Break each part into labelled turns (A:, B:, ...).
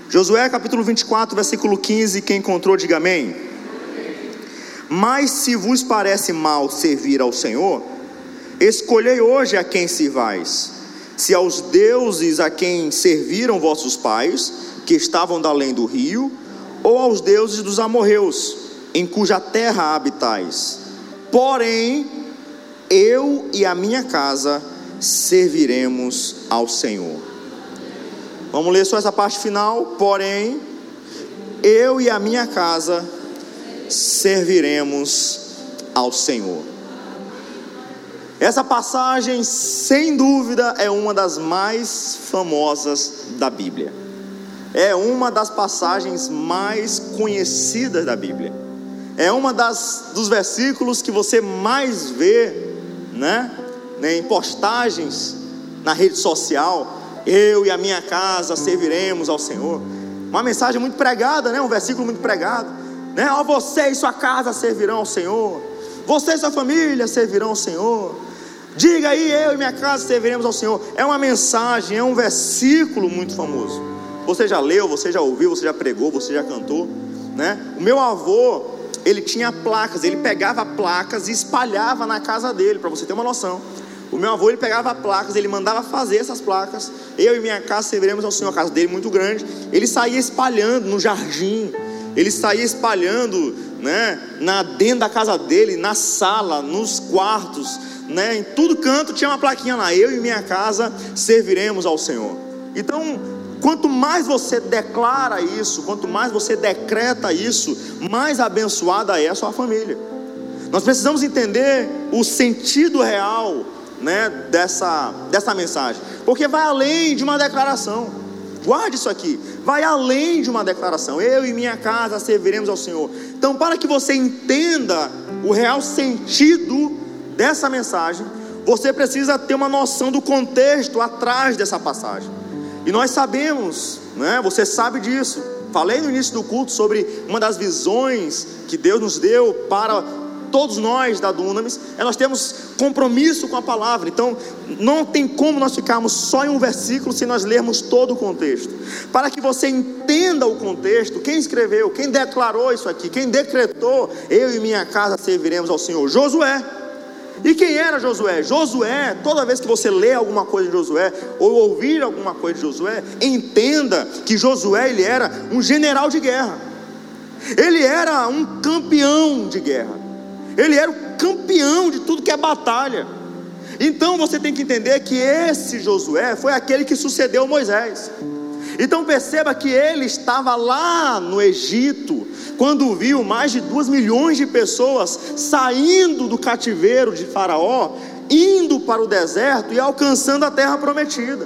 A: Josué capítulo 24, versículo 15, quem encontrou diga amém. Mas se vos parece mal servir ao Senhor, escolhei hoje a quem sirvais, se aos deuses a quem serviram vossos pais, que estavam da além do rio, ou aos deuses dos amorreus, em cuja terra habitais. Porém, eu e a minha casa serviremos ao Senhor. Vamos ler só essa parte final. Porém, eu e a minha casa serviremos ao Senhor. Essa passagem, sem dúvida, é uma das mais famosas da Bíblia. É uma das passagens mais conhecidas da Bíblia. É uma dos versículos que você mais vê, né, em postagens na rede social. Eu e a minha casa serviremos ao Senhor. Uma mensagem muito pregada, né? Um versículo muito pregado, né? Ó, você e sua casa servirão ao Senhor. Você e sua família servirão ao Senhor. Diga aí, eu e minha casa serviremos ao Senhor. É uma mensagem, é um versículo muito famoso. Você já leu, você já ouviu, você já pregou, você já cantou, né? O meu avô, ele tinha placas, ele pegava placas e espalhava na casa dele, para você ter uma noção. O meu avô, ele pegava placas, ele mandava fazer essas placas. Eu e minha casa serviremos ao Senhor. A casa dele muito grande. Ele saía espalhando no jardim, ele saía espalhando, né, dentro da casa dele, na sala, nos quartos, né, em todo canto tinha uma plaquinha lá: eu e minha casa serviremos ao Senhor. Então, quanto mais você declara isso, quanto mais você decreta isso, mais abençoada é a sua família. Nós precisamos entender o sentido real, né, dessa mensagem, porque vai além de uma declaração. Guarde isso aqui, vai além de uma declaração: eu e minha casa serviremos ao Senhor. Então, para que você entenda o real sentido dessa mensagem, você precisa ter uma noção do contexto atrás dessa passagem. E nós sabemos, né, você sabe disso. Falei no início do culto sobre uma das visões que Deus nos deu para todos nós da Dunamis, nós temos compromisso com a palavra. Então não tem como nós ficarmos só em um versículo sem nós lermos todo o contexto. Para que você entenda o contexto, quem escreveu, quem declarou isso aqui, quem decretou eu e minha casa serviremos ao Senhor? Josué. E quem era Josué? Josué, toda vez que você lê alguma coisa de Josué, ou ouvir alguma coisa de Josué, entenda que Josué, ele era um general de guerra. Ele era um campeão de guerra. Ele era o campeão de tudo que é batalha. Então você tem que entender que esse Josué foi aquele que sucedeu Moisés. Então perceba que ele estava lá no Egito, quando viu mais de 2 milhões de pessoas saindo do cativeiro de Faraó, indo para o deserto e alcançando a terra prometida.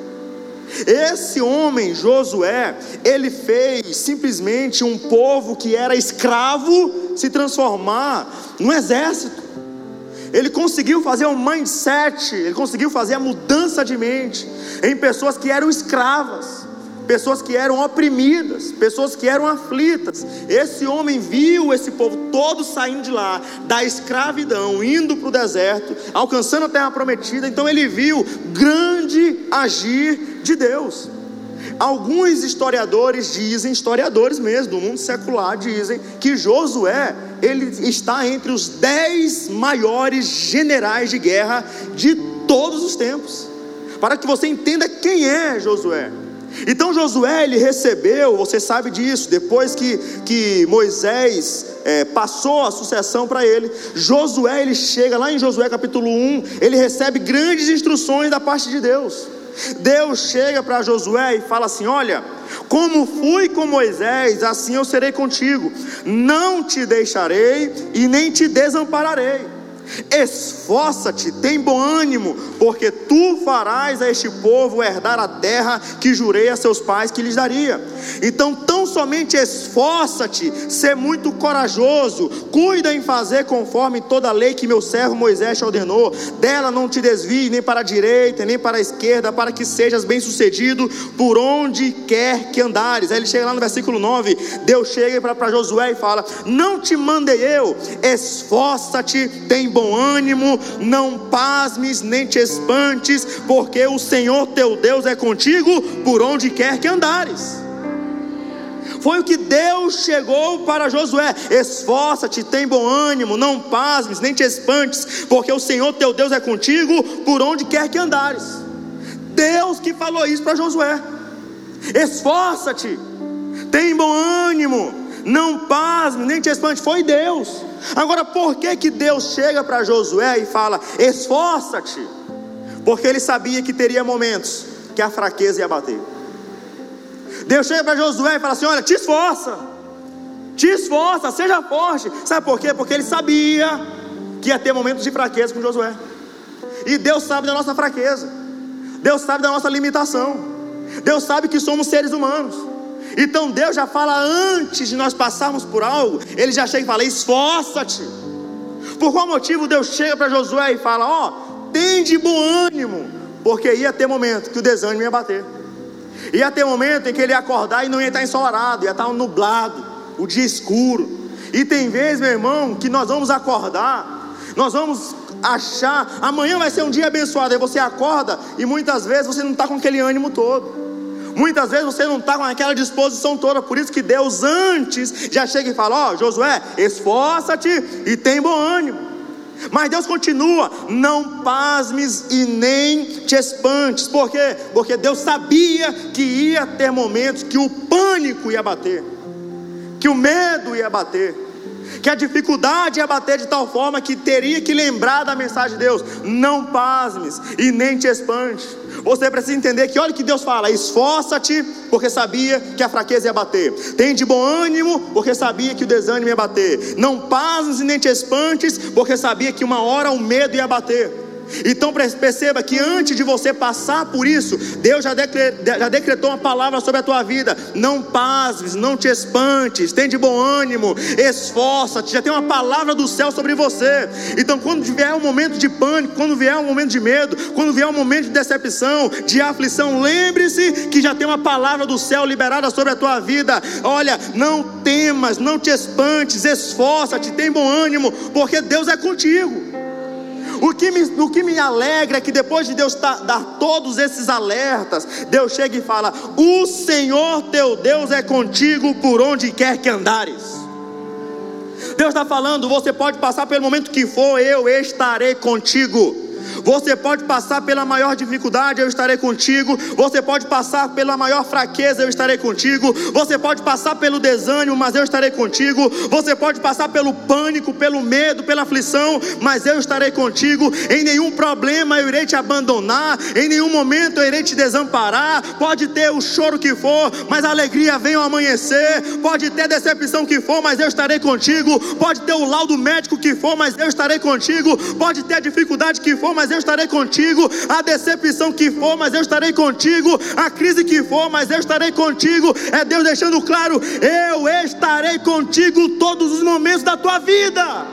A: Esse homem, Josué, ele fez simplesmente um povo que era escravo se transformar no exército. Ele conseguiu fazer um mindset, ele conseguiu fazer a mudança de mente em pessoas que eram escravas, pessoas que eram oprimidas, pessoas que eram aflitas. Esse homem viu esse povo todo saindo de lá, da escravidão, indo para o deserto, alcançando a terra prometida. Então ele viu grande agir de Deus. Alguns historiadores dizem, historiadores mesmo do mundo secular, dizem que Josué, ele está entre os 10 maiores generais de guerra de todos os tempos. Para que você entenda quem é Josué. Então Josué, ele recebeu, você sabe disso, depois que Moisés passou a sucessão para ele, Josué, ele chega lá em Josué capítulo 1, ele recebe grandes instruções da parte de Deus. Deus chega para Josué e fala assim: olha, como fui com Moisés, assim eu serei contigo, não te deixarei e nem te desampararei. Esforça-te, tem bom ânimo, porque tu farás a este povo herdar a terra que jurei a seus pais que lhes daria. Então tão somente esforça-te, sê muito corajoso, cuida em fazer conforme toda a lei que meu servo Moisés te ordenou. Dela não te desvie nem para a direita nem para a esquerda, para que sejas bem sucedido por onde quer que andares. Aí ele chega lá no versículo 9, Deus chega para Josué e fala: não te mandei eu, esforça-te, tem bom ânimo, não pasmes nem te espantes, porque o Senhor teu Deus é contigo por onde quer que andares. Foi o que Deus chegou para Josué: esforça-te, tem bom ânimo, não pasmes, nem te espantes, porque o Senhor teu Deus é contigo por onde quer que andares. Deus que falou isso para Josué: esforça-te, tem bom ânimo, não pasmes, nem te espantes. Foi Deus. Agora, por que Deus chega para Josué e fala: esforça-te? Porque ele sabia que teria momentos que a fraqueza ia bater. Deus chega para Josué e fala assim: olha, te esforça, seja forte. Sabe por quê? Porque ele sabia que ia ter momentos de fraqueza com Josué. E Deus sabe da nossa fraqueza, Deus sabe da nossa limitação, Deus sabe que somos seres humanos. Então Deus já fala, antes de nós passarmos por algo, Ele já chega e fala: esforça-te. Por qual motivo Deus chega para Josué e fala: ó, tem de bom ânimo? Porque ia ter momento que o desânimo ia bater. Ia ter momento em que ele ia acordar e não ia estar ensolarado, ia estar nublado, o dia escuro. E tem vezes, meu irmão, que nós vamos acordar, nós vamos achar, amanhã vai ser um dia abençoado. Aí você acorda e muitas vezes você não está com aquele ânimo todo, muitas vezes você não está com aquela disposição toda. Por isso que Deus antes já chega e fala: ó, Josué, esforça-te e tem bom ânimo. Mas Deus continua: não pasmes e nem te espantes. Por quê? Porque Deus sabia que ia ter momentos que o pânico ia bater, que o medo ia bater, que a dificuldade ia bater de tal forma que teria que lembrar da mensagem de Deus: não pasmes e nem te espantes. Você precisa entender que, olha o que Deus fala: esforça-te, porque sabia que a fraqueza ia bater. Tem de bom ânimo, porque sabia que o desânimo ia bater. Não pasmes e nem te espantes, porque sabia que uma hora o medo ia bater. Então perceba que antes de você passar por isso, Deus já decretou uma palavra sobre a tua vida: não pasmes, não te espantes, tem de bom ânimo, esforça-te. Já tem uma palavra do céu sobre você. Então quando vier um momento de pânico, quando vier um momento de medo, quando vier um momento de decepção, de aflição, lembre-se que já tem uma palavra do céu liberada sobre a tua vida. Olha, não temas, não te espantes, esforça-te, tem bom ânimo, porque Deus é contigo. O que me alegra é que depois de Deus dar todos esses alertas, Deus chega e fala: o Senhor teu Deus é contigo por onde quer que andares. Deus está falando: você pode passar pelo momento que for, eu estarei contigo. Você pode passar pela maior dificuldade, eu estarei contigo. Você pode passar pela maior fraqueza, eu estarei contigo. Você pode passar pelo desânimo, mas eu estarei contigo. Você pode passar pelo pânico, pelo medo, pela aflição, mas eu estarei contigo. Em nenhum problema eu irei te abandonar, em nenhum momento eu irei te desamparar. Pode ter o choro que for, mas a alegria vem ao amanhecer. Pode ter decepção que for, mas eu estarei contigo. Pode ter o laudo médico que for, mas eu estarei contigo. Pode ter a dificuldade que for, mas eu estarei contigo. A decepção que for, mas eu estarei contigo. A crise que for, mas eu estarei contigo. É Deus deixando claro: eu estarei contigo todos os momentos da tua vida.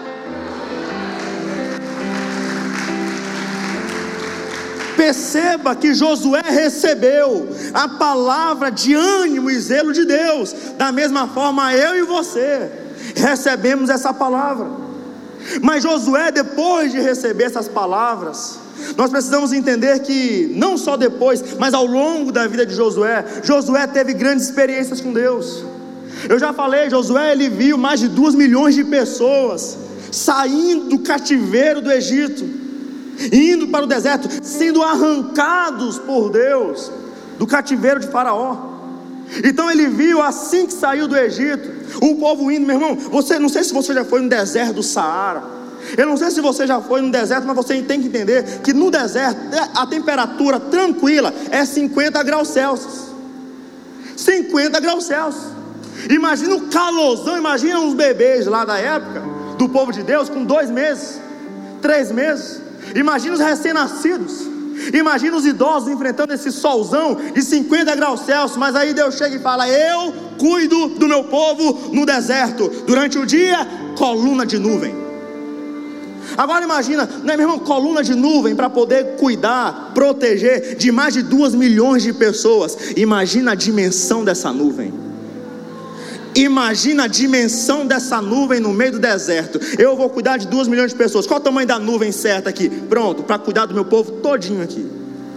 A: Perceba que Josué recebeu a palavra de ânimo e zelo de Deus. Da mesma forma, eu e você recebemos essa palavra. Mas Josué, depois de receber essas palavras, nós precisamos entender que não só depois, mas ao longo da vida de Josué, Josué teve grandes experiências com Deus. Eu já falei, Josué, ele viu mais de 2 milhões de pessoas saindo do cativeiro do Egito, indo para o deserto, sendo arrancados por Deus do cativeiro de Faraó. Então ele viu, assim que saiu do Egito, o povo indo. Meu irmão, não sei se você já foi no deserto do Saara, eu não sei se você já foi no deserto, mas você tem que entender que no deserto a temperatura tranquila é 50 graus Celsius. 50 graus Celsius. Imagina o calorzão, imagina uns bebês lá da época do povo de Deus com 2 meses, 3 meses. Imagina os recém-nascidos, imagina os idosos enfrentando esse solzão de 50 graus Celsius. Mas aí Deus chega e fala: eu cuido do meu povo no deserto. Durante o dia, coluna de nuvem. Agora imagina, né, meu irmão, coluna de nuvem para poder cuidar, proteger de mais de 2 milhões de pessoas. Imagina a dimensão dessa nuvem. Imagina a dimensão dessa nuvem no meio do deserto. Eu vou cuidar de 2 milhões de pessoas. Qual o tamanho da nuvem certa aqui? Pronto, para cuidar do meu povo todinho aqui.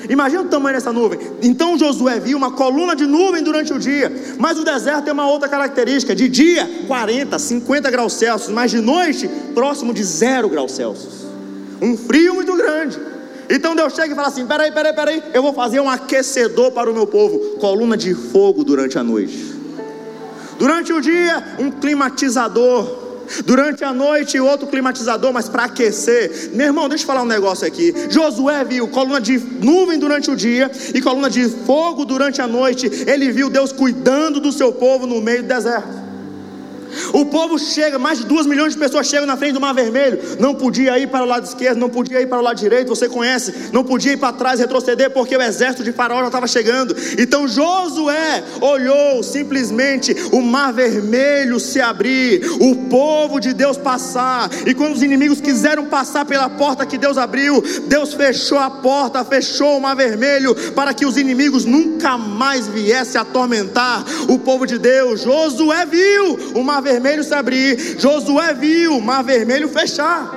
A: Imagina o tamanho dessa nuvem. Então Josué viu uma coluna de nuvem durante o dia. Mas o deserto tem uma outra característica: de dia 40, 50 graus Celsius, mas de noite próximo de 0 graus Celsius. Um frio muito grande. Então Deus chega e fala assim: peraí, eu vou fazer um aquecedor para o meu povo. Coluna de fogo durante a noite. Durante o dia, um climatizador. Durante a noite, outro climatizador, mas para aquecer. Meu irmão, deixa eu falar um negócio aqui. Josué viu coluna de nuvem durante o dia e coluna de fogo durante a noite. Ele viu Deus cuidando do seu povo no meio do deserto. O povo chega, mais de 2 milhões de pessoas chegam na frente do Mar Vermelho. Não podia ir para o lado esquerdo, não podia ir para o lado direito, você conhece. Não podia ir para trás, retroceder, porque o exército de Faraó já estava chegando. Então Josué olhou simplesmente o Mar Vermelho se abrir, o povo de Deus passar. E quando os inimigos quiseram passar pela porta que Deus abriu, Deus fechou a porta, fechou o Mar Vermelho, para que os inimigos nunca mais viessem atormentar o povo de Deus. Josué viu o Mar Vermelho se abrir. Josué viu o Mar Vermelho fechar.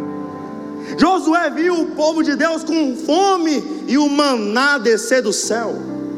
A: Josué viu o povo de Deus com fome e o maná descer do céu.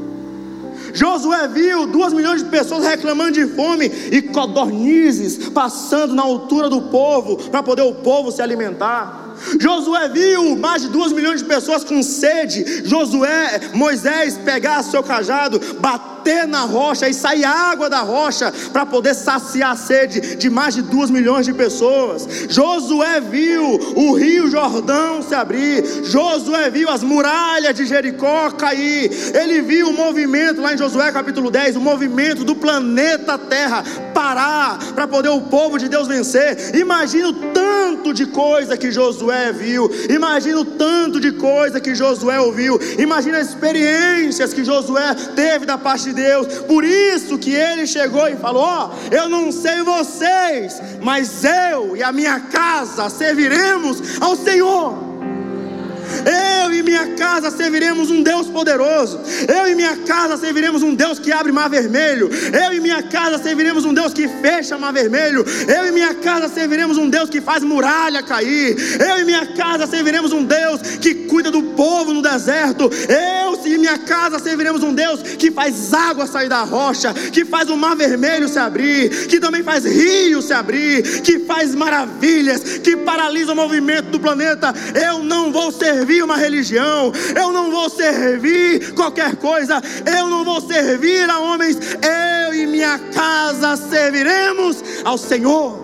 A: Josué viu 2 milhões de pessoas reclamando de fome e codornizes passando na altura do povo para poder o povo se alimentar. Josué viu mais de 2 milhões de pessoas com sede. Moisés pegar seu cajado, bater na rocha e sair água da rocha para poder saciar a sede de mais de 2 milhões de pessoas. Josué viu o rio Jordão se abrir. Josué viu as muralhas de Jericó cair. Ele viu o movimento lá em Josué capítulo 10, o movimento do planeta Terra parar para poder o povo de Deus vencer. Imagina o tanto de coisa que Josué viu, imagina o tanto de coisa que Josué ouviu, imagina as experiências que Josué teve da parte de Deus. Por isso que ele chegou e falou: eu não sei vocês, mas eu e a minha casa serviremos ao Senhor. Eu e minha casa serviremos um Deus poderoso. Eu e minha casa serviremos um Deus que abre Mar Vermelho. Eu e minha casa serviremos um Deus que fecha Mar Vermelho. Eu e minha casa serviremos um Deus que faz muralha cair. Eu e minha casa serviremos um Deus que cuida do povo no deserto. Eu e minha casa serviremos um Deus que faz água sair da rocha, que faz o Mar Vermelho se abrir, que também faz rios se abrir, que faz maravilhas, que paralisa o movimento do planeta. Eu não vou servir uma religião, eu não vou servir qualquer coisa, eu não vou servir a homens. Eu e minha casa serviremos ao Senhor.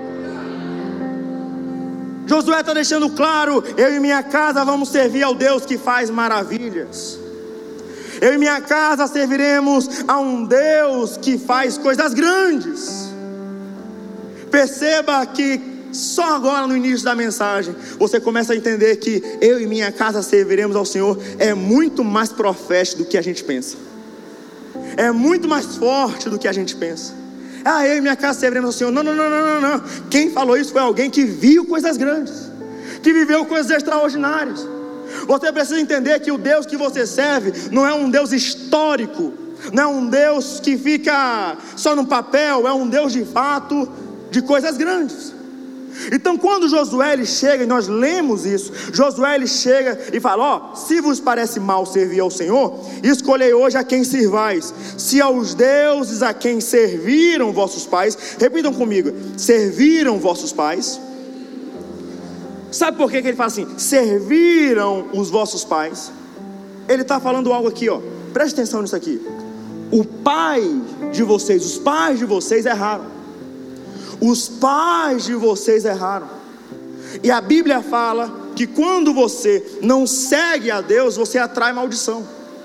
A: Josué está deixando claro: eu e minha casa vamos servir ao Deus que faz maravilhas. Eu e minha casa serviremos a um Deus que faz coisas grandes. Perceba que só agora no início da mensagem você começa a entender que eu e minha casa serviremos ao Senhor é muito mais profético do que a gente pensa. É muito mais forte do que a gente pensa. Eu e minha casa serviremos ao Senhor. Não. Quem falou isso foi alguém que viu coisas grandes, que viveu coisas extraordinárias. Você precisa entender que o Deus que você serve não é um Deus histórico, não é um Deus que fica só no papel, é um Deus de fato de coisas grandes. Então quando Josué ele chega, e nós lemos isso, Josué ele chega e fala: se vos parece mal servir ao Senhor, escolhei hoje a quem sirvais, se aos deuses a quem serviram vossos pais. Repitam comigo: serviram vossos pais. Sabe por que ele fala assim, serviram os vossos pais? Ele está falando algo aqui, preste atenção nisso aqui. O pai de vocês, os pais de vocês erraram. Os pais de vocês erraram. E a Bíblia fala que quando você não segue a Deus, você atrai maldição.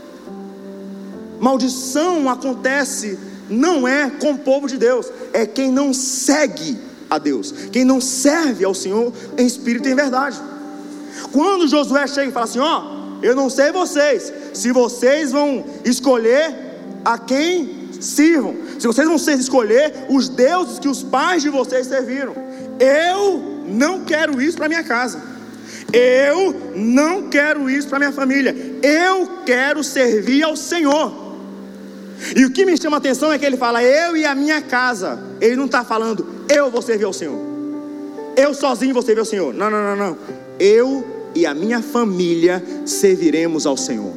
A: Maldição acontece, não é com o povo de Deus, é quem não segue a Deus, quem não serve ao Senhor em espírito e em verdade. Quando Josué chega e fala assim: eu não sei vocês, se vocês vão escolher a quem sirvam, se vocês vão escolher os deuses que os pais de vocês serviram, eu não quero isso para minha casa, eu não quero isso para minha família, eu quero servir ao Senhor. E o que me chama a atenção é que ele fala eu e a minha casa. Ele não está falando eu vou servir ao Senhor, eu sozinho vou servir ao Senhor. Não. Eu e a minha família serviremos ao Senhor.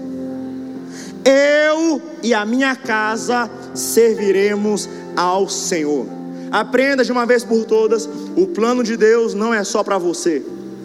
A: Eu e a minha casa serviremos ao Senhor. Aprenda de uma vez por todas: o plano de Deus não é só para você.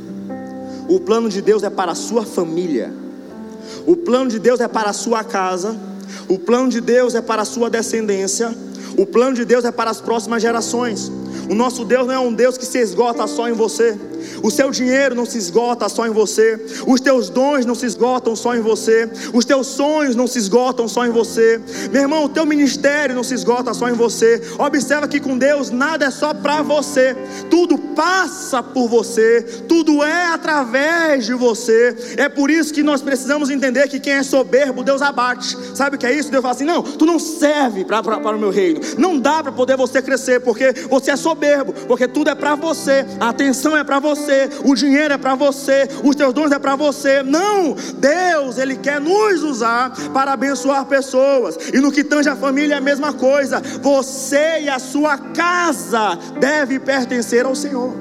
A: O plano de Deus é para a sua família. O plano de Deus é para a sua casa. O plano de Deus é para a sua descendência. O plano de Deus é para as próximas gerações. O nosso Deus não é um Deus que se esgota só em você. O seu dinheiro não se esgota só em você. Os teus dons não se esgotam só em você. Os teus sonhos não se esgotam só em você. Meu irmão, o teu ministério não se esgota só em você. Observa que com Deus nada é só para você. Tudo passa por você. Tudo é através de você. É por isso que nós precisamos entender que quem é soberbo, Deus abate. Sabe o que é isso? Deus fala assim: não, tu não serve para o meu reino. Não dá para poder você crescer, porque você é soberbo. Porque tudo é para você. A atenção é para você. O dinheiro é para você, os teus dons é para você. Não, Deus, Ele quer nos usar para abençoar pessoas. E no que tange a família é a mesma coisa. Você e a sua casa deve pertencer ao Senhor.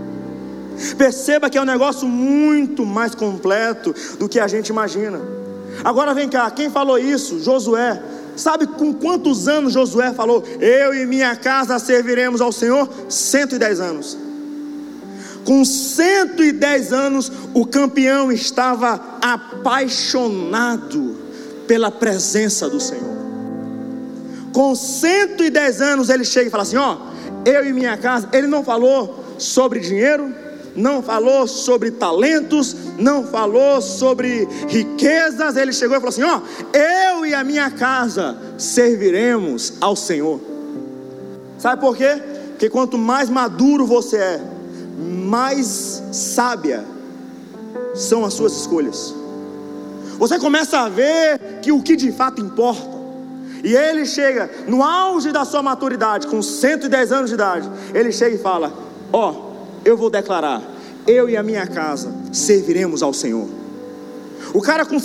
A: Perceba que é um negócio muito mais completo do que a gente imagina. Agora vem cá, quem falou isso? Josué. Sabe com quantos anos Josué falou: eu e minha casa serviremos ao Senhor? 110 anos. Com 110 anos, o campeão estava apaixonado pela presença do Senhor. Com 110 anos, ele chega e fala assim: ó, eu e minha casa. Ele não falou sobre dinheiro, não falou sobre talentos, não falou sobre riquezas. Ele chegou e falou assim: ó, eu e a minha casa serviremos ao Senhor. Sabe por quê? Porque quanto mais maduro você é, mais sábia são as suas escolhas. Você começa a ver que o que de fato importa. E ele chega no auge da sua maturidade, com 110 anos de idade. Ele chega e fala: ó, eu vou declarar, eu e a minha casa serviremos ao Senhor. O cara com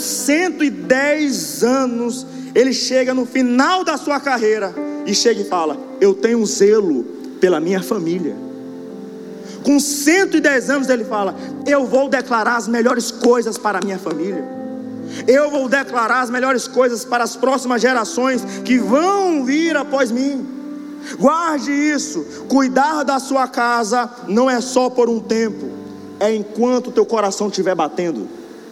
A: 110 anos, ele chega no final da sua carreira e chega e fala: eu tenho um zelo pela minha família. Com 110 anos ele fala: eu vou declarar as melhores coisas para a minha família. Eu vou declarar as melhores coisas para as próximas gerações que vão vir após mim. Guarde isso. Cuidar da sua casa não é só por um tempo, é enquanto o teu coração estiver batendo.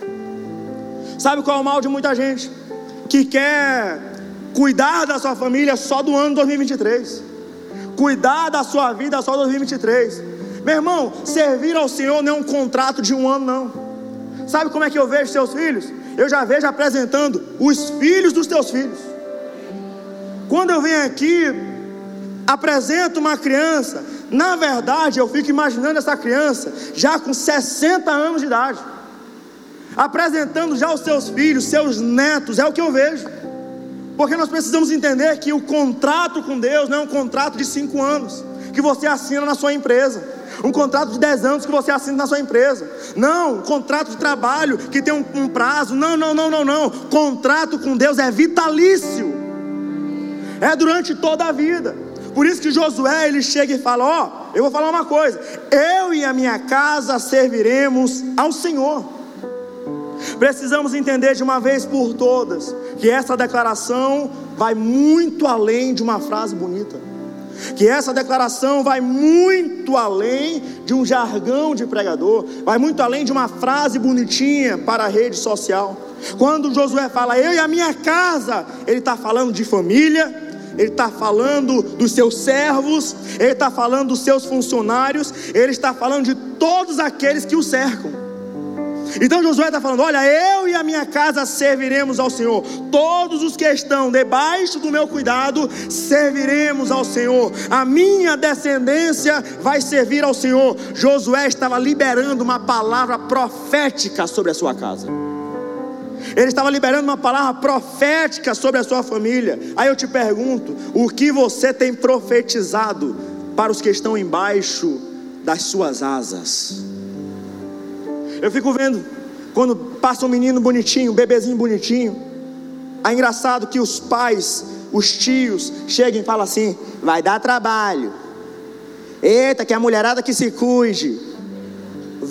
A: Sabe qual é o mal de muita gente? Que quer cuidar da sua família só do ano 2023. Cuidar da sua vida só 2023. Meu irmão, servir ao Senhor não é um contrato de um ano, não. Sabe como é que eu vejo seus filhos? Eu já vejo apresentando os filhos dos teus filhos. Quando eu venho aqui, apresento uma criança, na verdade eu fico imaginando essa criança já com 60 anos de idade, apresentando já os seus filhos, seus netos. É o que eu vejo. Porque nós precisamos entender que o contrato com Deus não é um contrato de 5 anos que você assina na sua empresa, um contrato de 10 anos que você assina na sua empresa. Não, um contrato de trabalho que tem um prazo. Não. Contrato com Deus é vitalício, é durante toda a vida. Por isso que Josué, ele chega e fala: ó, eu vou falar uma coisa, eu e a minha casa serviremos ao Senhor. Precisamos entender de uma vez por todas que essa declaração vai muito além de uma frase bonita, que essa declaração vai muito além de um jargão de pregador, vai muito além de uma frase bonitinha para a rede social. Quando Josué fala eu e a minha casa, ele está falando de família, ele está falando dos seus servos, ele está falando dos seus funcionários, ele está falando de todos aqueles que o cercam. Então Josué está falando: olha, eu e a minha casa serviremos ao Senhor. Todos os que estão debaixo do meu cuidado serviremos ao Senhor. A minha descendência vai servir ao Senhor. Josué estava liberando uma palavra profética sobre a sua casa. Ele estava liberando uma palavra profética sobre a sua família. Aí eu te pergunto: o que você tem profetizado para os que estão embaixo das suas asas? Eu fico vendo, quando passa um menino bonitinho, um bebezinho bonitinho, é engraçado que os pais, os tios, chegam e falam assim: vai dar trabalho, eita, que a mulherada que se cuide,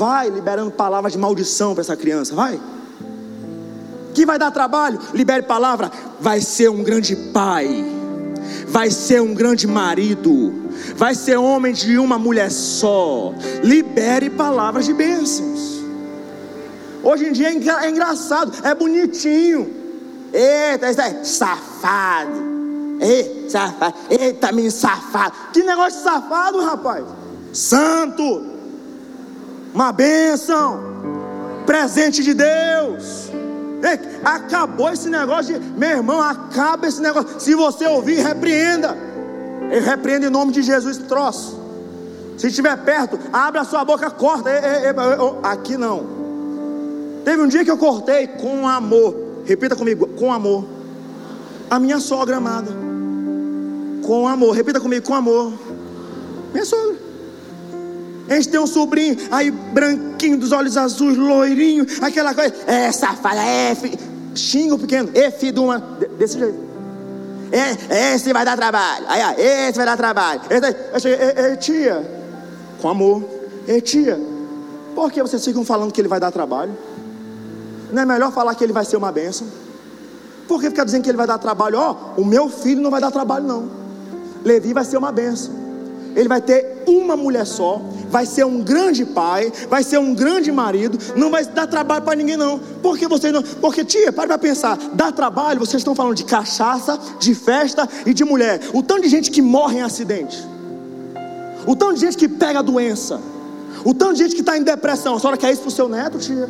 A: vai liberando palavras de maldição para essa criança, vai. Que vai dar trabalho, libere palavra, vai ser um grande pai, vai ser um grande marido, vai ser homem de uma mulher só. Libere palavras de bênçãos. Hoje em dia é engraçado, é bonitinho. Eita, safado. Ei, safado. Eita, menino safado. Que negócio de safado, rapaz? Santo, uma bênção, presente de Deus. Ei, acabou esse negócio de, meu irmão, acaba esse negócio. Se você ouvir, repreenda. Eu repreendo em nome de Jesus esse troço. Se estiver perto, abre a sua boca, corta. Aqui não. Teve um dia que eu cortei com amor. Repita comigo, com amor. A minha sogra amada. Com amor, repita comigo, com amor. Minha sogra. A gente tem um sobrinho, aí branquinho, dos olhos azuis, loirinho, aquela coisa, safada, xinga o pequeno, filho de uma, desse jeito. Esse vai dar trabalho, esse vai dar trabalho. Tia, com amor, tia, por que vocês ficam falando que ele vai dar trabalho? Não é melhor falar que ele vai ser uma bênção? Por que ficar dizendo que ele vai dar trabalho? O meu filho não vai dar trabalho não. Levi vai ser uma bênção. Ele vai ter uma mulher só, vai ser um grande pai, vai ser um grande marido, não vai dar trabalho para ninguém não. Por que vocês não? Porque tia, para pensar, dá trabalho, vocês estão falando de cachaça, de festa e de mulher. O tanto de gente que morre em acidente, o tanto de gente que pega a doença, o tanto de gente que está em depressão. A senhora quer isso para o seu neto, tia?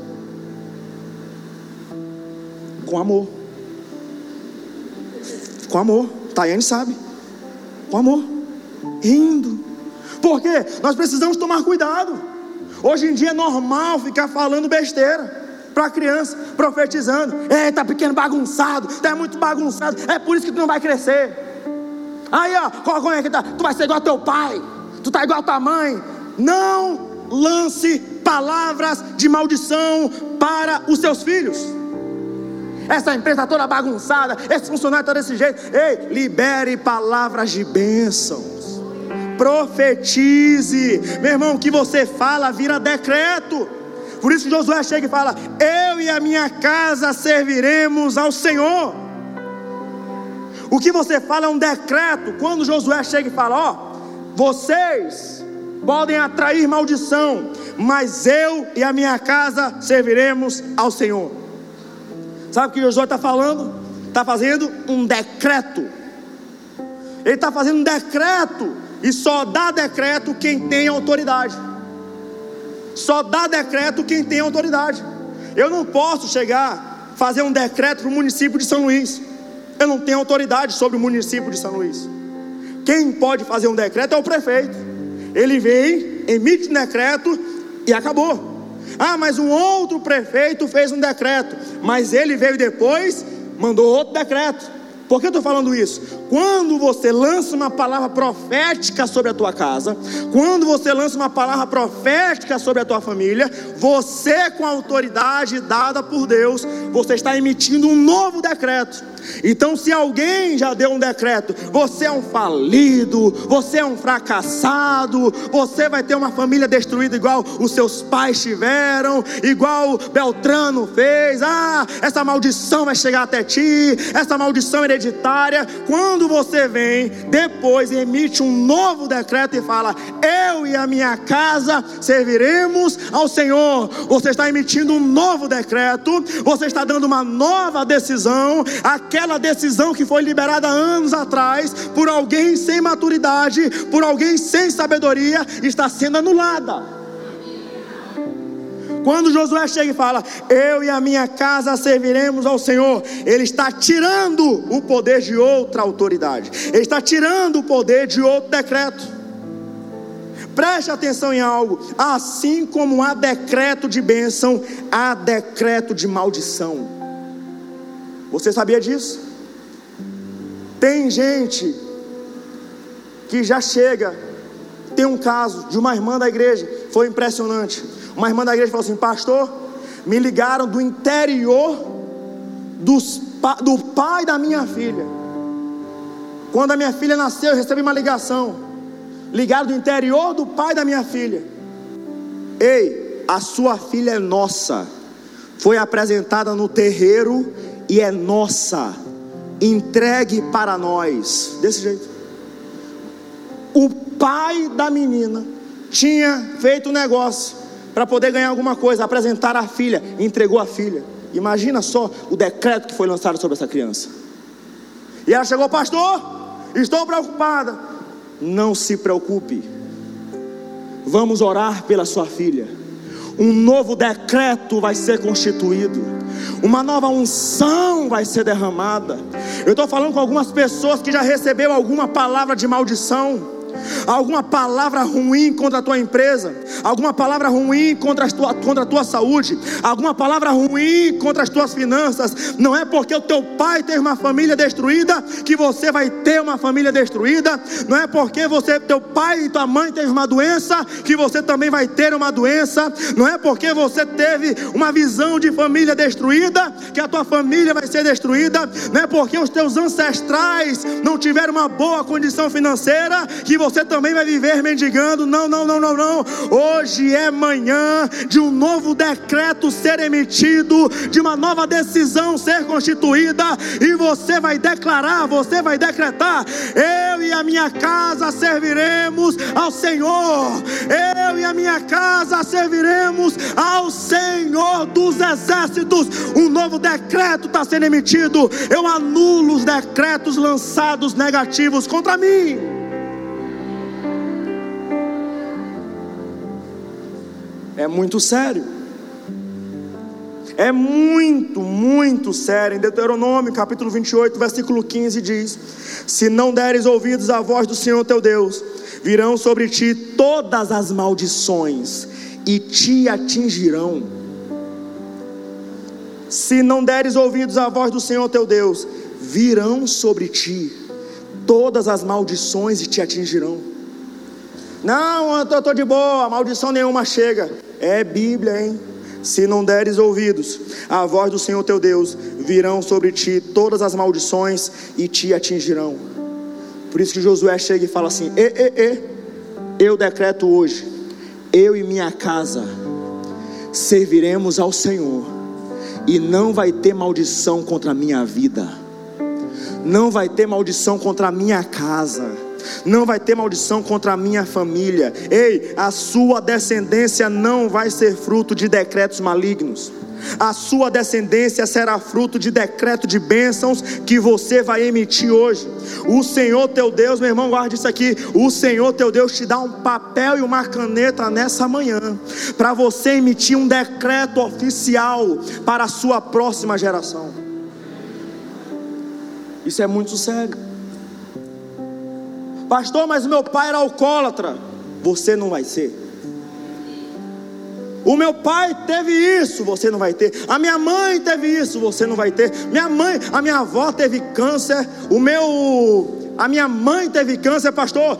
A: Com amor. Com amor. Tayane sabe. Com amor. Rindo. Porque nós precisamos tomar cuidado. Hoje em dia é normal ficar falando besteira para criança, profetizando. Tá pequeno bagunçado, tá muito bagunçado, é por isso que tu não vai crescer. Aí como é que tá? Tu vai ser igual ao teu pai, tu tá igual a tua mãe. Não lance palavras de maldição para os seus filhos. Essa empresa toda bagunçada, esse funcionário está desse jeito. Libere palavras de bênçãos. Profetize, meu irmão, o que você fala vira decreto. Por isso Josué chega e fala: eu e a minha casa serviremos ao Senhor. O que você fala é um decreto. Quando Josué chega e fala: vocês podem atrair maldição, mas eu e a minha casa serviremos ao Senhor. Sabe o que Josué está falando? Está fazendo um decreto. Ele está fazendo um decreto. E só dá decreto quem tem autoridade. Só dá decreto quem tem autoridade. Eu não posso chegar, fazer um decreto para o município de São Luís. Eu não tenho autoridade sobre o município de São Luís. Quem pode fazer um decreto é o prefeito. Ele vem, emite um decreto e acabou. Mas um outro prefeito fez um decreto, mas ele veio depois, mandou outro decreto. Por que eu estou falando isso? Quando você lança uma palavra profética sobre a tua casa, quando você lança uma palavra profética sobre a tua família, você, com a autoridade dada por Deus, você está emitindo um novo decreto. Então, se alguém já deu um decreto: você é um falido, você é um fracassado, você vai ter uma família destruída igual os seus pais tiveram, igual Beltrano fez, essa maldição vai chegar até ti, essa maldição hereditária. Quando você vem depois e emite um novo decreto e fala: eu e a minha casa serviremos ao Senhor, você está emitindo um novo decreto, você está dando uma nova decisão. Aquela decisão que foi liberada anos atrás por alguém sem maturidade, por alguém sem sabedoria, está sendo anulada. Quando Josué chega e fala: eu e a minha casa serviremos ao Senhor, ele está tirando o poder de outra autoridade, ele está tirando o poder de outro decreto. Preste atenção em algo: assim como há decreto de bênção, há decreto de maldição. Você sabia disso? Tem gente que já chega. Tem um caso de uma irmã da igreja, foi impressionante. Uma irmã da igreja falou assim: pastor, me ligaram do interior do pai da minha filha. Quando a minha filha nasceu, eu recebi uma ligação. Ligaram do interior do pai da minha filha. a sua filha é nossa, foi apresentada no terreiro e é nossa, entregue para nós. Desse jeito. O pai da menina tinha feito um negócio para poder ganhar alguma coisa, apresentar a filha, entregou a filha. Imagina só o decreto que foi lançado sobre essa criança. E ela chegou: pastor, estou preocupada. Não se preocupe, vamos orar pela sua filha. Um novo decreto vai ser constituído, uma nova unção vai ser derramada. Eu estou falando com algumas pessoas que já receberam alguma palavra de maldição, alguma palavra ruim contra a tua empresa, alguma palavra ruim contra a tua saúde, alguma palavra ruim contra as tuas finanças. Não é porque o teu pai tem uma família destruída que você vai ter uma família destruída. Não é porque teu pai e tua mãe teve uma doença que você também vai ter uma doença. Não é porque você teve uma visão de família destruída que a tua família vai ser destruída. Não é porque os teus ancestrais não tiveram uma boa condição financeira que você também vai viver mendigando. Não. Hoje é manhã de um novo decreto ser emitido, de uma nova decisão ser constituída, e você vai declarar, você vai decretar: eu e a minha casa serviremos ao Senhor. Eu e a minha casa serviremos ao Senhor dos exércitos. Um novo decreto está sendo emitido. Eu anulo os decretos lançados negativos contra mim. É muito sério. É muito sério. Em Deuteronômio capítulo 28, versículo 15 diz: se não deres ouvidos à voz do Senhor teu Deus, virão sobre ti todas as maldições e te atingirão. Se não deres ouvidos à voz do Senhor teu Deus, virão sobre ti todas as maldições e te atingirão. Não, eu estou de boa, maldição nenhuma chega. É Bíblia, hein? Se não deres ouvidos à voz do Senhor teu Deus, virão sobre ti todas as maldições e te atingirão. Por isso que Josué chega e fala assim: eu decreto hoje, eu e minha casa serviremos ao Senhor, e não vai ter maldição contra a minha vida, não vai ter maldição contra a minha casa, não vai ter maldição contra a minha família. Ei, a sua descendência não vai ser fruto de decretos malignos. A sua descendência será fruto de decreto de bênçãos que você vai emitir hoje. O Senhor teu Deus, meu irmão, guarde isso aqui. O Senhor teu Deus te dá um papel e uma caneta nessa manhã, para você emitir um decreto oficial para a sua próxima geração. Isso é muito sério. Pastor, mas o meu pai era alcoólatra. Você não vai ser. O meu pai teve isso, você não vai ter. A minha mãe teve isso, você não vai ter. A minha avó teve câncer. A minha mãe teve câncer, pastor.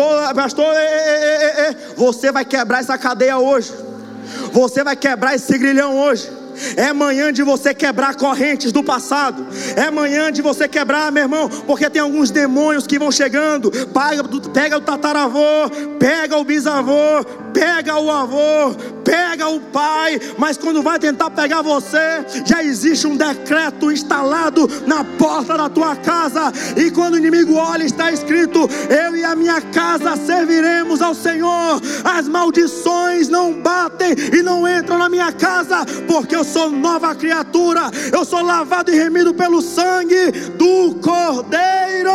A: Você vai quebrar essa cadeia hoje. Você vai quebrar esse grilhão hoje. É manhã de você quebrar correntes do passado. É manhã de você quebrar, meu irmão, porque tem alguns demônios que vão chegando. Pega o tataravô, pega o bisavô, pega o avô, pega o pai, mas quando vai tentar pegar você, já existe um decreto instalado na porta da tua casa. E quando o inimigo olha, está escrito: eu e a minha casa serviremos ao Senhor. As maldições não batem e não entram na minha casa, porque eu sou nova criatura. Eu sou lavado e remido pelo sangue do Cordeiro.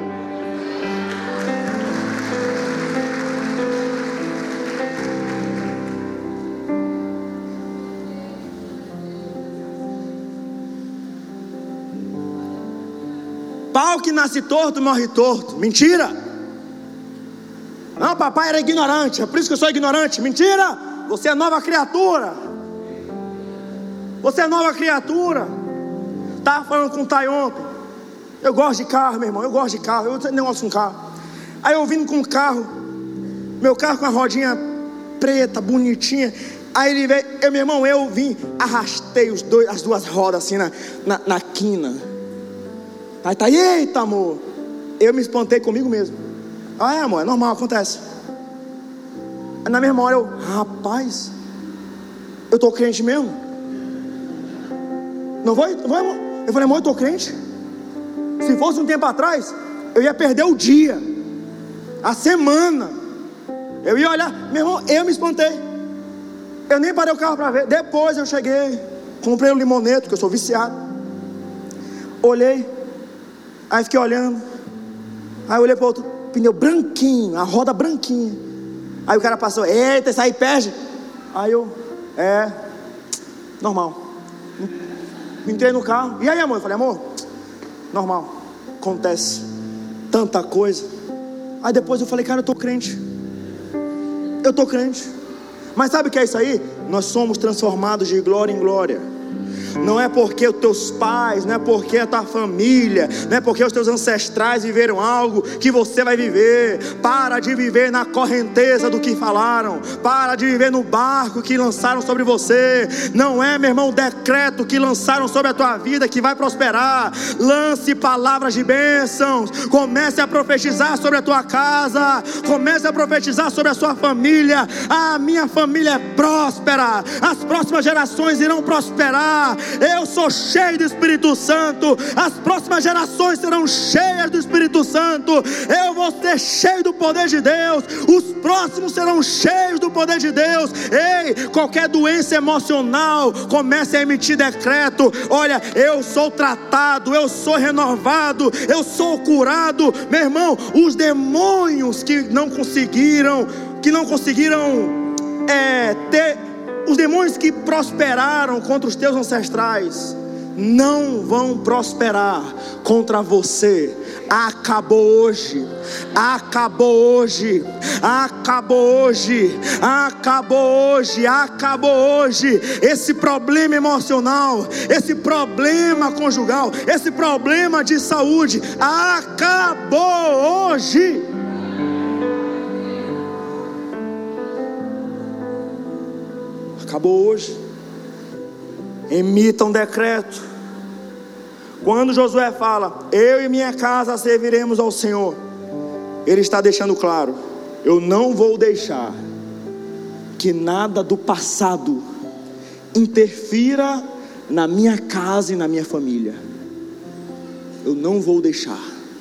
A: Pau que nasce torto, morre torto. Mentira. Não, papai era ignorante, é por isso que eu sou ignorante. Mentira. Você é nova criatura. Você é nova criatura. Estava falando com o Thay ontem. Eu gosto de carro, meu irmão. Eu gosto de carro. Eu tenho negócio com carro. Aí eu vindo com o carro, meu carro com a rodinha preta, bonitinha. Aí ele veio, meu irmão, eu vim, arrastei as duas rodas assim na quina. Aí tá, eita amor. Eu me espantei comigo mesmo. Ah, é amor, é normal, acontece. Aí na mesma hora eu, rapaz,
B: eu estou crente mesmo? Não foi, amor? Eu falei, amor, eu estou crente. Se fosse um tempo atrás, eu ia perder o dia, a semana. Eu ia olhar, meu irmão, eu me espantei. Eu nem parei o carro para ver. Depois eu cheguei, comprei um limoneto, porque eu sou viciado. Olhei, aí fiquei olhando. Aí eu olhei para o outro, pneu branquinho, a roda branquinha. Aí o cara passou, eita, isso aí perde. Aí eu, normal. Entrei no carro, e aí, amor? Eu falei, amor, normal, acontece tanta coisa. Aí depois eu falei, cara, eu estou crente. Mas sabe o que é isso aí? Nós somos transformados de glória em glória. Não é porque os teus pais, não é porque a tua família, não é porque os teus ancestrais viveram algo que você vai viver. Para de viver na correnteza do que falaram. Para de viver no barco que lançaram sobre você. Não é, meu irmão, o decreto que lançaram sobre a tua vida que vai prosperar. Lance palavras de bênçãos. Comece a profetizar sobre a tua casa. Comece a profetizar sobre a sua família. A minha família é próspera. As próximas gerações irão prosperar. Eu sou cheio do Espírito Santo. As próximas gerações serão cheias do Espírito Santo. Eu vou ser cheio do poder de Deus. Os próximos serão cheios do poder de Deus. Ei, qualquer doença emocional, comece a emitir decreto. Olha, eu sou tratado, eu sou renovado, eu sou curado. Meu irmão, os demônios que não conseguiram os demônios que prosperaram contra os teus ancestrais não vão prosperar contra você. Acabou hoje. Esse problema emocional, esse problema conjugal, esse problema de saúde, acabou hoje. Acabou hoje. Emita um decreto. Quando Josué fala, eu e minha casa serviremos ao Senhor, ele está deixando claro, eu não vou deixar que nada do passado interfira na minha casa e na minha família. Eu não vou deixar.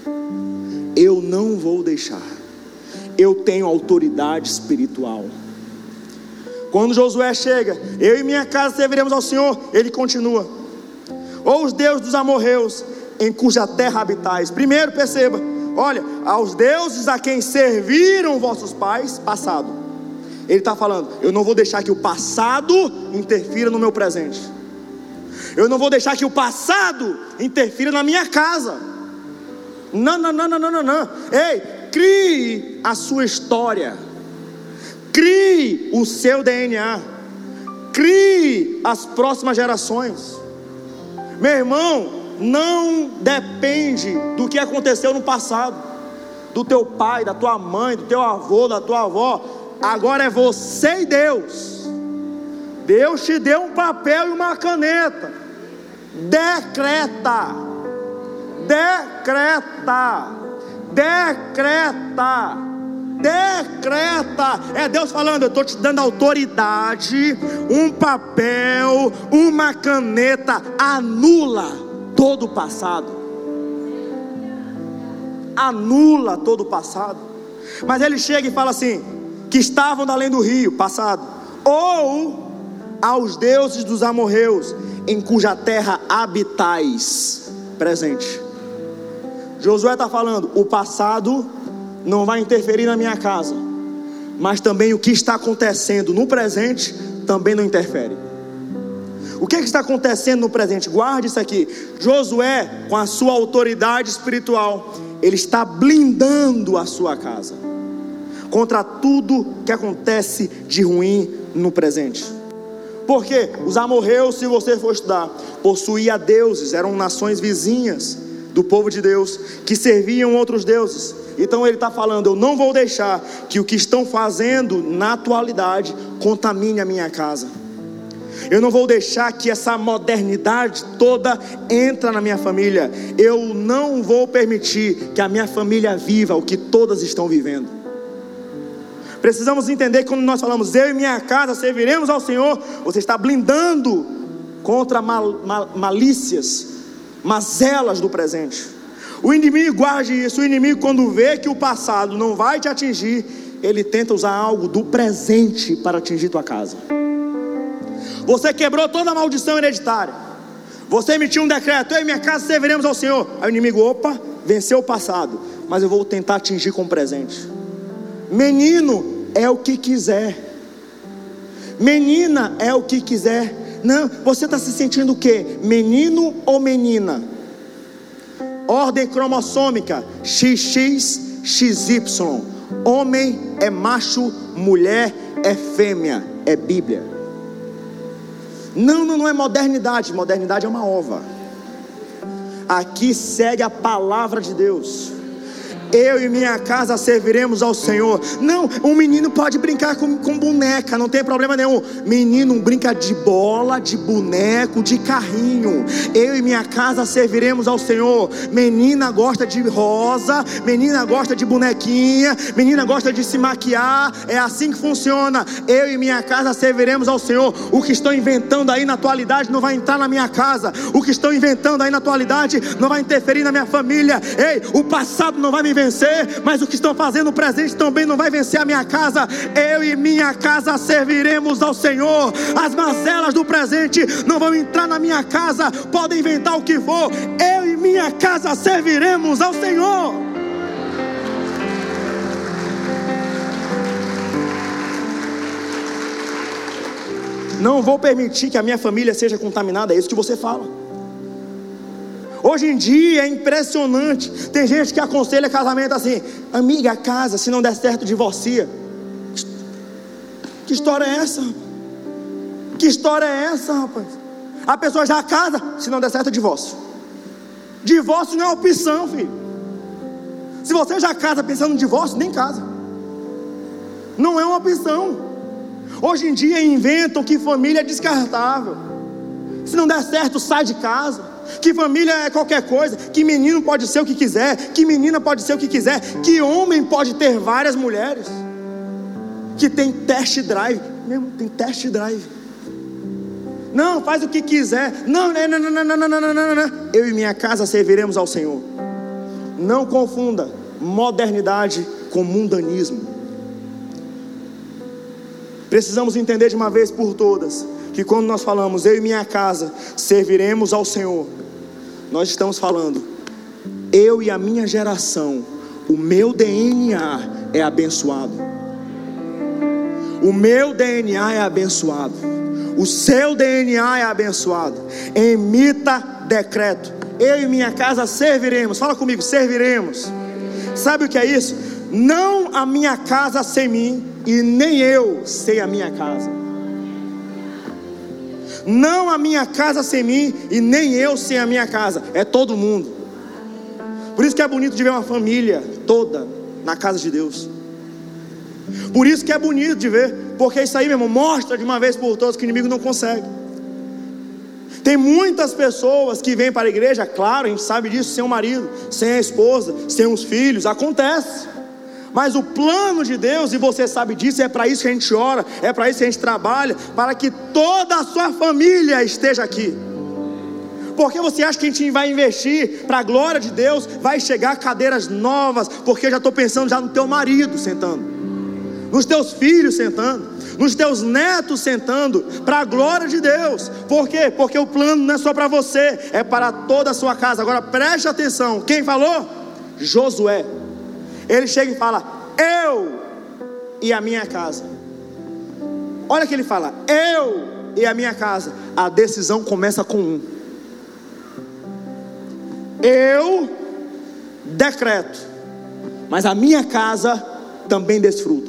B: Eu tenho autoridade espiritual. Quando Josué chega, eu e minha casa serviremos ao Senhor, ele continua, ou os deuses dos amorreus, em cuja terra habitais. Primeiro perceba, olha, aos deuses a quem serviram vossos pais, passado. Ele está falando, eu não vou deixar que o passado interfira no meu presente. Eu não vou deixar que o passado interfira na minha casa. Não. Ei, crie a sua história. Crie o seu DNA. Crie as próximas gerações. Meu irmão, não depende do que aconteceu no passado, do teu pai, da tua mãe, do teu avô, da tua avó. Agora é você e Deus. Deus te deu um papel e uma caneta. Decreta. É Deus falando, eu estou te dando autoridade, um papel, uma caneta. Anula todo o passado. Mas ele chega e fala assim, que estavam da além do rio, passado, ou aos deuses dos amorreus, em cuja terra habitais, presente. Josué está falando, o passado não vai interferir na minha casa, mas também o que está acontecendo no presente também não interfere. O que está acontecendo no presente? Guarde isso aqui. Josué, com a sua autoridade espiritual, ele está blindando a sua casa contra tudo que acontece de ruim no presente. Porque os amorreus, se você for estudar, possuíam deuses, eram nações vizinhas do povo de Deus, que serviam outros deuses. Então ele está falando, eu não vou deixar que o que estão fazendo na atualidade contamine a minha casa. Eu não vou deixar que essa modernidade toda entre na minha família. Eu não vou permitir que a minha família viva o que todas estão vivendo. Precisamos entender que quando nós falamos eu e minha casa serviremos ao Senhor, você está blindando contra malícias, mazelas do presente. O inimigo, guarde isso, o inimigo quando vê que o passado não vai te atingir, ele tenta usar algo do presente para atingir tua casa. Você quebrou toda a maldição hereditária, você emitiu um decreto, eu e minha casa serviremos ao Senhor. Aí o inimigo, opa, venceu o passado, mas eu vou tentar atingir com o presente. Menino é o que quiser, menina é o que quiser. Não, você está se sentindo o quê? Menino ou menina? Ordem cromossômica XX, XY. Homem é macho, mulher é fêmea. É Bíblia. Não é modernidade. Modernidade é uma ova. Aqui segue a palavra de Deus. Eu e minha casa serviremos ao Senhor. Não, um menino pode brincar com boneca, não tem problema nenhum. Menino brinca de bola, de boneco, de carrinho. Eu e minha casa serviremos ao Senhor. Menina gosta de rosa, menina gosta de bonequinha, menina gosta de se maquiar. É assim que funciona. Eu e minha casa serviremos ao Senhor. O que estão inventando aí na atualidade não vai entrar na minha casa. O que estão inventando aí na atualidade não vai interferir na minha família. Ei, o passado não vai me vencer, mas o que estão fazendo no presente também não vai vencer a minha casa. Eu e minha casa serviremos ao Senhor. As mazelas do presente não vão entrar na minha casa. Podem inventar o que for, eu e minha casa serviremos ao Senhor. Não vou permitir que a minha família seja contaminada. É isso que você fala. Hoje em dia é impressionante. Tem gente que aconselha casamento assim: amiga, casa, se não der certo, divorcia. Que história é essa? Que história é essa, rapaz? A pessoa já casa, se não der certo, divórcio. Divórcio não é opção, filho. Se você já casa pensando em divórcio, nem casa. Não é uma opção. Hoje em dia inventam que família é descartável. Se não der certo, sai de casa. Que família é qualquer coisa, que menino pode ser o que quiser, que menina pode ser o que quiser, que homem pode ter várias mulheres, que tem test drive, mesmo tem test drive. Não, faz o que quiser. Não. Eu e minha casa serviremos ao Senhor. Não confunda modernidade com mundanismo. Precisamos entender de uma vez por todas que quando nós falamos eu e minha casa serviremos ao Senhor, nós estamos falando eu e a minha geração, o meu DNA é abençoado. O meu DNA é abençoado. O seu DNA é abençoado. Emita decreto. Eu e minha casa serviremos. Fala comigo, serviremos. Sabe o que é isso? Não a minha casa sem mim, e nem eu sem a minha casa. Não a minha casa sem mim, e nem eu sem a minha casa. É todo mundo. Por isso que é bonito de ver uma família toda na casa de Deus. Por isso que é bonito de ver, porque isso aí, meu irmão, mostra de uma vez por todas que o inimigo não consegue. Tem muitas pessoas que vêm para a igreja, claro, a gente sabe disso, sem o marido, sem a esposa, sem os filhos, acontece. Mas o plano de Deus, e você sabe disso, é para isso que a gente ora, é para isso que a gente trabalha, para que toda a sua família esteja aqui. Porque você acha que a gente vai investir para a glória de Deus, vai chegar cadeiras novas, porque eu já estou pensando já no teu marido sentando, nos teus filhos sentando, nos teus netos sentando, para a glória de Deus. Por quê? Porque o plano não é só para você, é para toda a sua casa. Agora preste atenção, quem falou? Josué. Ele chega e fala, eu e a minha casa. Olha que ele fala, eu e a minha casa. A decisão começa com um. Eu decreto, mas a minha casa também desfruta.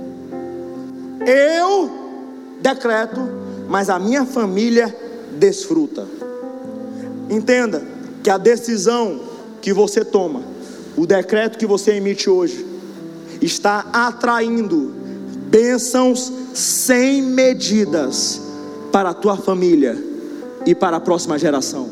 B: Eu decreto, mas a minha família desfruta. Entenda que a decisão que você toma, o decreto que você emite hoje, está atraindo bênçãos sem medidas para a tua família e para a próxima geração.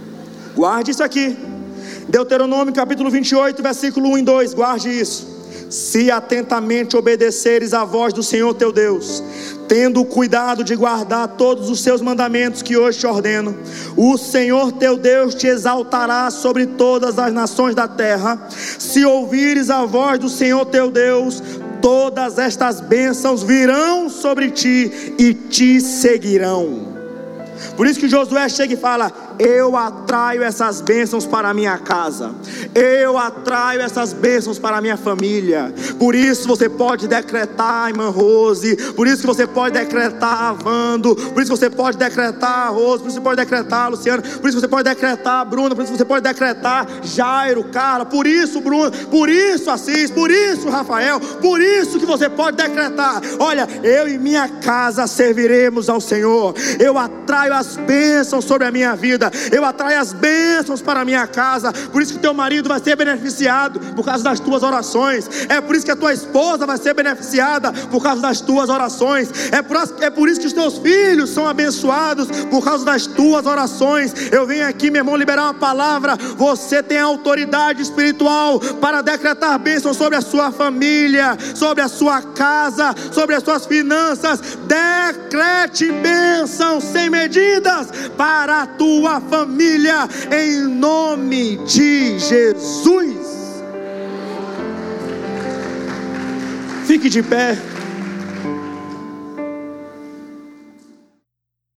B: Guarde isso aqui, Deuteronômio capítulo 28, versículo 1 e 2, guarde isso. se atentamente obedeceres à voz do Senhor teu Deus, tendo o cuidado de guardar todos os seus mandamentos que hoje te ordeno, o Senhor teu Deus te exaltará sobre todas as nações da terra. Se ouvires a voz do Senhor teu Deus, todas estas bênçãos virão sobre ti e te seguirão. Por isso que Josué chega e fala: eu atraio essas bênçãos para a minha casa, eu atraio essas bênçãos para a minha família. Por isso você pode decretar, irmã Rose, por isso que você pode decretar, Vando, por isso que você pode decretar, Rose, por isso que você pode decretar, Luciano, por isso que você pode decretar, Bruna, por isso que você pode decretar, Jairo, Carla, por isso, Bruno, por isso, Assis, por isso, Rafael, por isso que você pode decretar: olha, eu e minha casa serviremos ao Senhor. Eu atraio as bênçãos sobre a minha vida, eu atraio as bênçãos para a minha casa. Por isso que teu marido vai ser beneficiado por causa das tuas orações. É por isso que a tua esposa vai ser beneficiada por causa das tuas orações. É por isso que os teus filhos são abençoados por causa das tuas orações. Eu venho aqui, meu irmão, liberar uma palavra. Você tem autoridade espiritual para decretar bênçãos sobre a sua família, sobre a sua casa, sobre as suas finanças. Decrete bênçãos sem medidas para a tua família, em nome de Jesus. Fique de pé.